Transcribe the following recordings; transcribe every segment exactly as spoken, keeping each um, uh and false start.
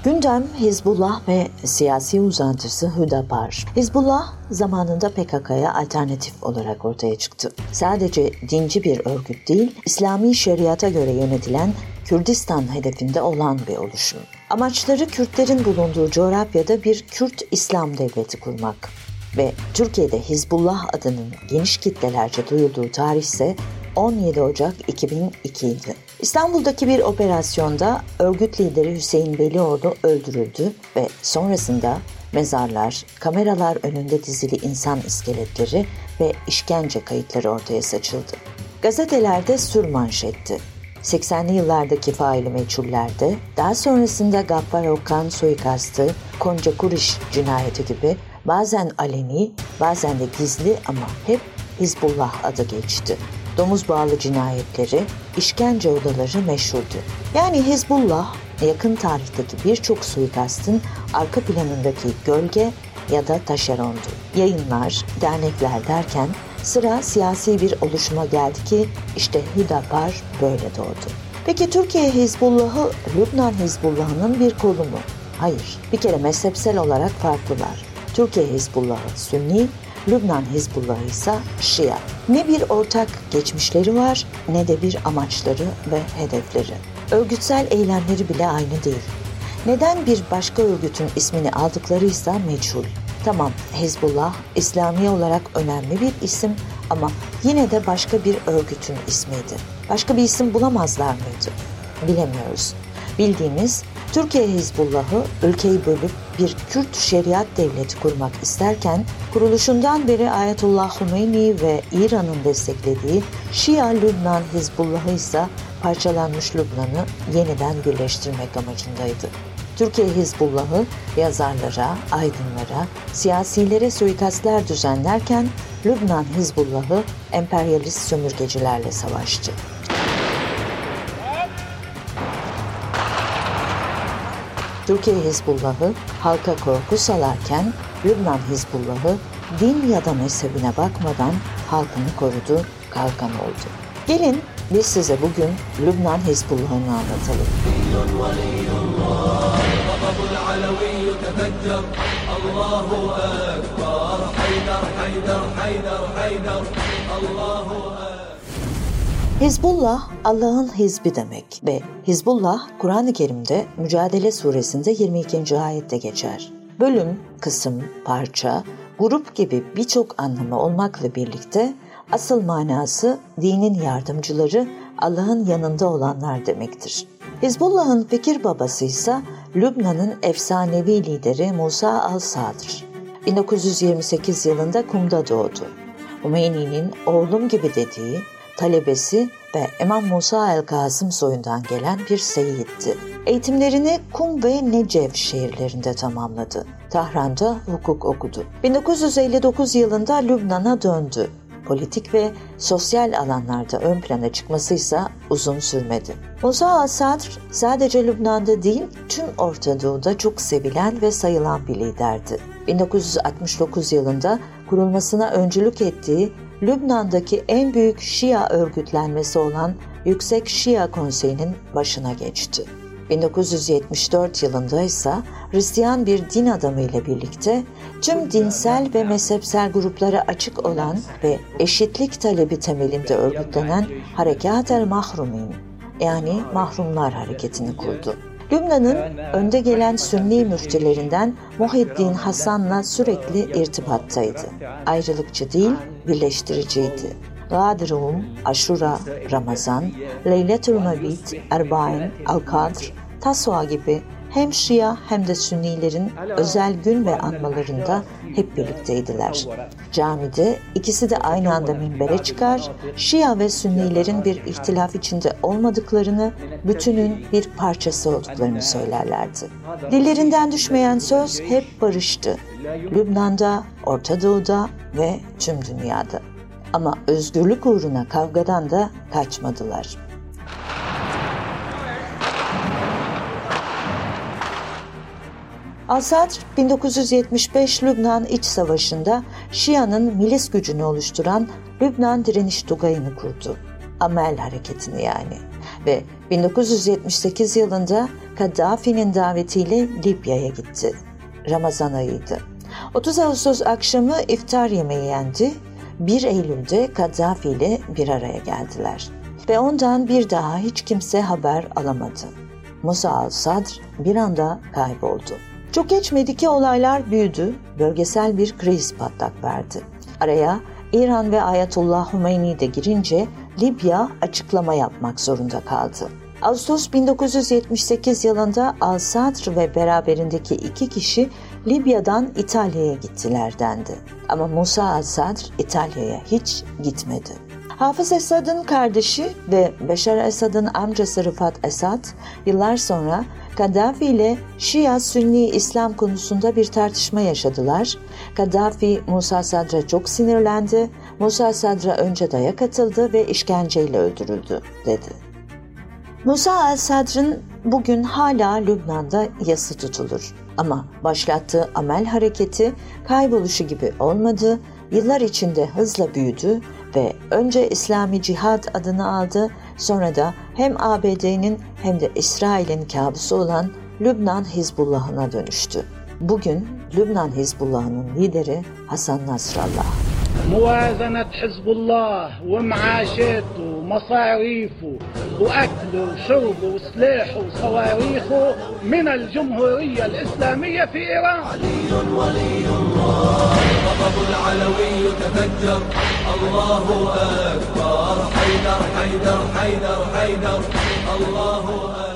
Gündem Hizbullah ve siyasi uzantısı Hüdapar. Hizbullah zamanında P K K'ya alternatif olarak ortaya çıktı. Sadece dinci bir örgüt değil, İslami şeriata göre yönetilen Kürdistan hedefinde olan bir oluşum. Amaçları Kürtlerin bulunduğu coğrafyada bir Kürt İslam devleti kurmak ve Türkiye'de Hizbullah adının geniş kitlelerce duyulduğu tarih ise on yedi Ocak iki bin iki idi. İstanbul'daki bir operasyonda örgüt lideri Hüseyin Velioğlu öldürüldü ve sonrasında mezarlar, kameralar önünde dizili insan iskeletleri ve işkence kayıtları ortaya saçıldı. Gazetelerde sürmanşetti. seksenli yıllardaki faili meçhullerde, daha sonrasında Gaffar Okan suikastı, Konca Kuriş cinayeti gibi bazen aleni, bazen de gizli ama hep Hizbullah adı geçti. Domuz bağlı cinayetleri, işkence odaları meşhurdu. Yani Hizbullah, yakın tarihteki birçok suikastın arka planındaki gölge ya da taşerondu. Yayınlar, dernekler derken sıra siyasi bir oluşuma geldi ki işte Hüdapar böyle doğdu. Peki Türkiye Hizbullah'ı Lübnan Hizbullah'ının bir kolu mu? Hayır, bir kere mezhepsel olarak farklılar. Türkiye Hizbullah'ı Sünni, Lübnan Hizbullah'ı ise Şia. Ne bir ortak geçmişleri var ne de bir amaçları ve hedefleri. Örgütsel eylemleri bile aynı değil. Neden bir başka örgütün ismini aldıklarıysa meçhul. Tamam, Hizbullah İslami olarak önemli bir isim ama yine de başka bir örgütün ismiydi. Başka bir isim bulamazlar mıydı? Bilemiyoruz. Bildiğimiz Türkiye Hizbullah'ı ülkeyi bölüp bir Kürt şeriat devleti kurmak isterken kuruluşundan beri Ayetullah Hümeyni ve İran'ın desteklediği Şia Lübnan Hizbullah'ı ise parçalanmış Lübnan'ı yeniden birleştirmek amacındaydı. Türkiye Hizbullah'ı yazarlara, aydınlara, siyasilere suikastler düzenlerken Lübnan Hizbullah'ı emperyalist sömürgecilerle savaştı. Türkiye Hizbullah'ı halka korku salarken Lübnan Hizbullah'ı din ya da mezhebine bakmadan halkını korudu, kalkan oldu. Gelin biz size bugün Lübnan Hizbullah'ını anlatalım. Hizbullah, Allah'ın hizbi demek ve Hizbullah, Kur'an-ı Kerim'de Mücadele Suresinde yirmi ikinci ayette geçer. Bölüm, kısım, parça, grup gibi birçok anlamı olmakla birlikte asıl manası dinin yardımcıları, Allah'ın yanında olanlar demektir. Hizbullah'ın fikir babası ise Lübnan'ın efsanevi lideri Musa al-Sadr. bin dokuz yüz yirmi sekiz yılında Kum'da doğdu. Hümeyni'nin oğlum gibi dediği, talebesi ve İmam Musa el-Kazım soyundan gelen bir seyyiddi. Eğitimlerini Kum ve Necef şehirlerinde tamamladı. Tahran'da hukuk okudu. bin dokuz yüz elli dokuz yılında Lübnan'a döndü. Politik ve sosyal alanlarda ön plana çıkması ise uzun sürmedi. Musa al-Sadr sadece Lübnan'da değil, tüm Orta Doğu'da çok sevilen ve sayılan bir liderdi. bin dokuz yüz altmış dokuz yılında kurulmasına öncülük ettiği Lübnan'daki en büyük Şia örgütlenmesi olan Yüksek Şia Konseyi'nin başına geçti. bin dokuz yüz yetmiş dört yılında ise Hristiyan bir din adamı ile birlikte tüm dinsel ve mezhepsel gruplara açık olan ve eşitlik talebi temelinde örgütlenen Harekat el-Mahrumin, yani Mahrumlar Hareketi'ni kurdu. Lübnan'ın önde gelen Sünni müftülerinden Muhiddin Hasan'la sürekli irtibattaydı. Ayrılıkçı değil, birleştiriciydi. Gâdir-ı Aşura, Ramazan, Leyletül Mebit, Erbain, Al-Kadr, Tasva gibi hem Şia hem de Sünnilerin özel gün ve anmalarında hep birlikteydiler. Camide ikisi de aynı anda minbere çıkar, Şia ve Sünnilerin bir ihtilaf içinde olmadıklarını, bütünün bir parçası olduklarını söylerlerdi. Dillerinden düşmeyen söz hep barıştı. Lübnan'da, Orta Doğu'da ve tüm dünyada. Ama özgürlük uğruna kavgadan da kaçmadılar. Al-Sadr, bin dokuz yüz yetmiş beş Lübnan İç Savaşı'nda Şia'nın milis gücünü oluşturan Lübnan Direniş Tugayı'nı kurdu. Amel hareketini yani. Ve bin dokuz yüz yetmiş sekiz yılında Kaddafi'nin davetiyle Libya'ya gitti. Ramazan ayıydı. otuz Ağustos akşamı iftar yemeği yendi. bir Eylül'de Kaddafi ile bir araya geldiler. Ve ondan bir daha hiç kimse haber alamadı. Musa al-Sadr bir anda kayboldu. Çok geçmedi ki olaylar büyüdü, bölgesel bir kriz patlak verdi. Araya İran ve Ayetullah Hümeyni de girince Libya açıklama yapmak zorunda kaldı. Ağustos bin dokuz yüz yetmiş sekiz yılında al-Sadr ve beraberindeki iki kişi Libya'dan İtalya'ya gittiler dendi. Ama Musa al-Sadr İtalya'ya hiç gitmedi. Hafız Esad'ın kardeşi ve Beşar Esad'ın amcası Rıfat Esad yıllar sonra Kaddafi ile Şia-Sünni İslam konusunda bir tartışma yaşadılar. Kaddafi Musa Sadr'a çok sinirlendi. Musa Sadr'a önce dayak atıldı ve işkenceyle öldürüldü dedi. Musa al-Sadr'ın bugün hala Lübnan'da yası tutulur. Ama başlattığı amel hareketi kayboluşu gibi olmadı, yıllar içinde hızla büyüdü ve önce İslami Cihad adını aldı, sonra da hem A B D'nin hem de İsrail'in kabusu olan Lübnan Hizbullah'ına dönüştü. Bugün Lübnan Hizbullah'ın lideri Hasan Nasrallah. موازنة حزب الله ومعاشاته ومصاريفه وأكله وشربه وسلاحه وصواريخه من الجمهورية الإسلامية في إيران. علي ولي الله غضب العلوي تفجر الله أكبر حيدر حيدر حيدر حيدر الله أكبر.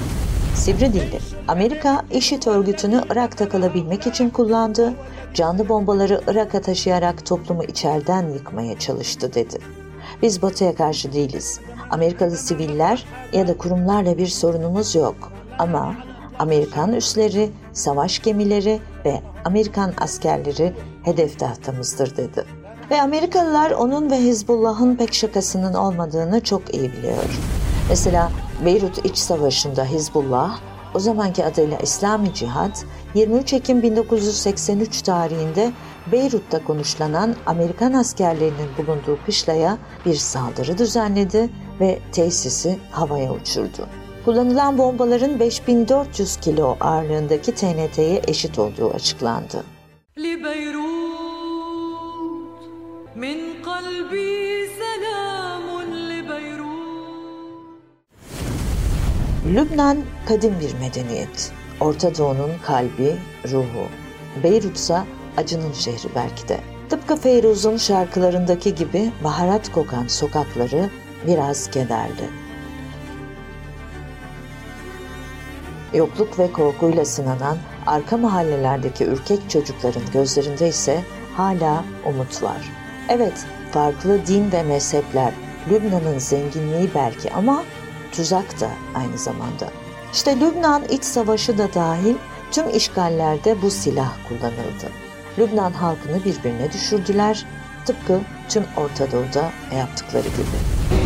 Sivri dilli. Amerika, IŞİD örgütünü Irak'ta kalabilmek için kullandı, canlı bombaları Irak'a taşıyarak toplumu içeriden yıkmaya çalıştı dedi. Biz Batı'ya karşı değiliz. Amerikalı siviller ya da kurumlarla bir sorunumuz yok. Ama Amerikan üsleri, savaş gemileri ve Amerikan askerleri hedef tahtamızdır dedi. Ve Amerikalılar onun ve Hizbullah'ın pek şakasının olmadığını çok iyi biliyor. Mesela Beyrut İç Savaşı'nda Hizbullah, o zamanki adıyla İslami Cihad, yirmi üç Ekim bin dokuz yüz seksen üç tarihinde Beyrut'ta konuşlanan Amerikan askerlerinin bulunduğu kışlaya bir saldırı düzenledi ve tesisi havaya uçurdu. Kullanılan bombaların beş bin dört yüz kilo ağırlığındaki T N T'ye eşit olduğu açıklandı. Lübnan kadim bir medeniyet. Orta Doğu'nun kalbi, ruhu. Beyrut ise acının şehri belki de. Tıpkı Feyruz'un şarkılarındaki gibi baharat kokan sokakları biraz kederli. Yokluk ve korkuyla sınanan arka mahallelerdeki ürkek çocukların gözlerinde ise hala umut var. Evet, farklı din ve mezhepler, Lübnan'ın zenginliği belki ama tuzak da aynı zamanda. İşte Lübnan İç Savaşı da dahil tüm işgallerde bu silah kullanıldı. Lübnan halkını birbirine düşürdüler, tıpkı tüm Orta Doğu'da yaptıkları gibi.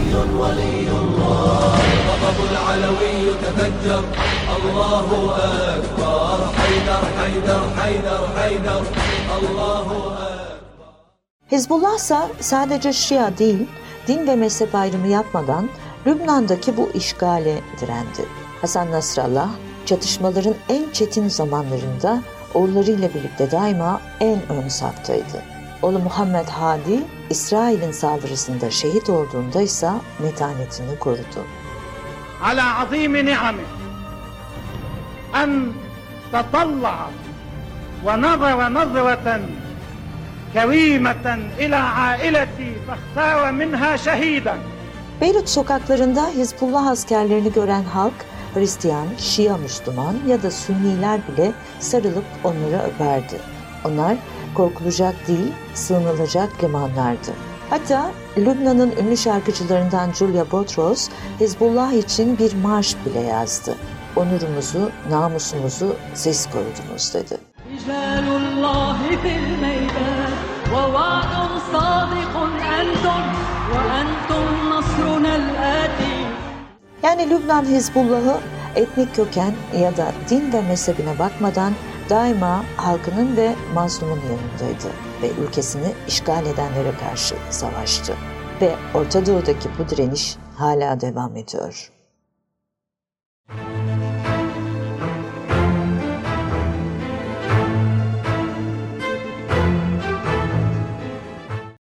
Hizbullah ise sadece Şia değil, din ve mezhep ayrımı yapmadan Lübnan'daki bu işgale direndi. Hasan Nasrallah, çatışmaların en çetin zamanlarında oğullarıyla birlikte daima en ön saftaydı. Oğlu Muhammed Hadi, İsrail'in saldırısında şehit olduğunda ise metanetini korudu. Ala azimi ni'ami en tatalla'a ve nazara nazratan kerimeten ila aileti fahsara minha şehiden. Beyrut sokaklarında Hizbullah askerlerini gören halk, Hristiyan, Şia Müslüman ya da Sünniler bile sarılıp onları öperdi. Onlar korkulacak değil, sığınılacak limanlardı. Hatta Lübnan'ın ünlü şarkıcılarından Julia Botros, Hizbullah için bir marş bile yazdı. Onurumuzu, namusumuzu siz korudunuz dedi. Yani Lübnan Hizbullah'ı etnik köken ya da din ve mezhebine bakmadan daima halkının ve mazlumun yanındaydı ve ülkesini işgal edenlere karşı savaştı. ve Orta Doğu'daki bu direniş hala devam ediyor.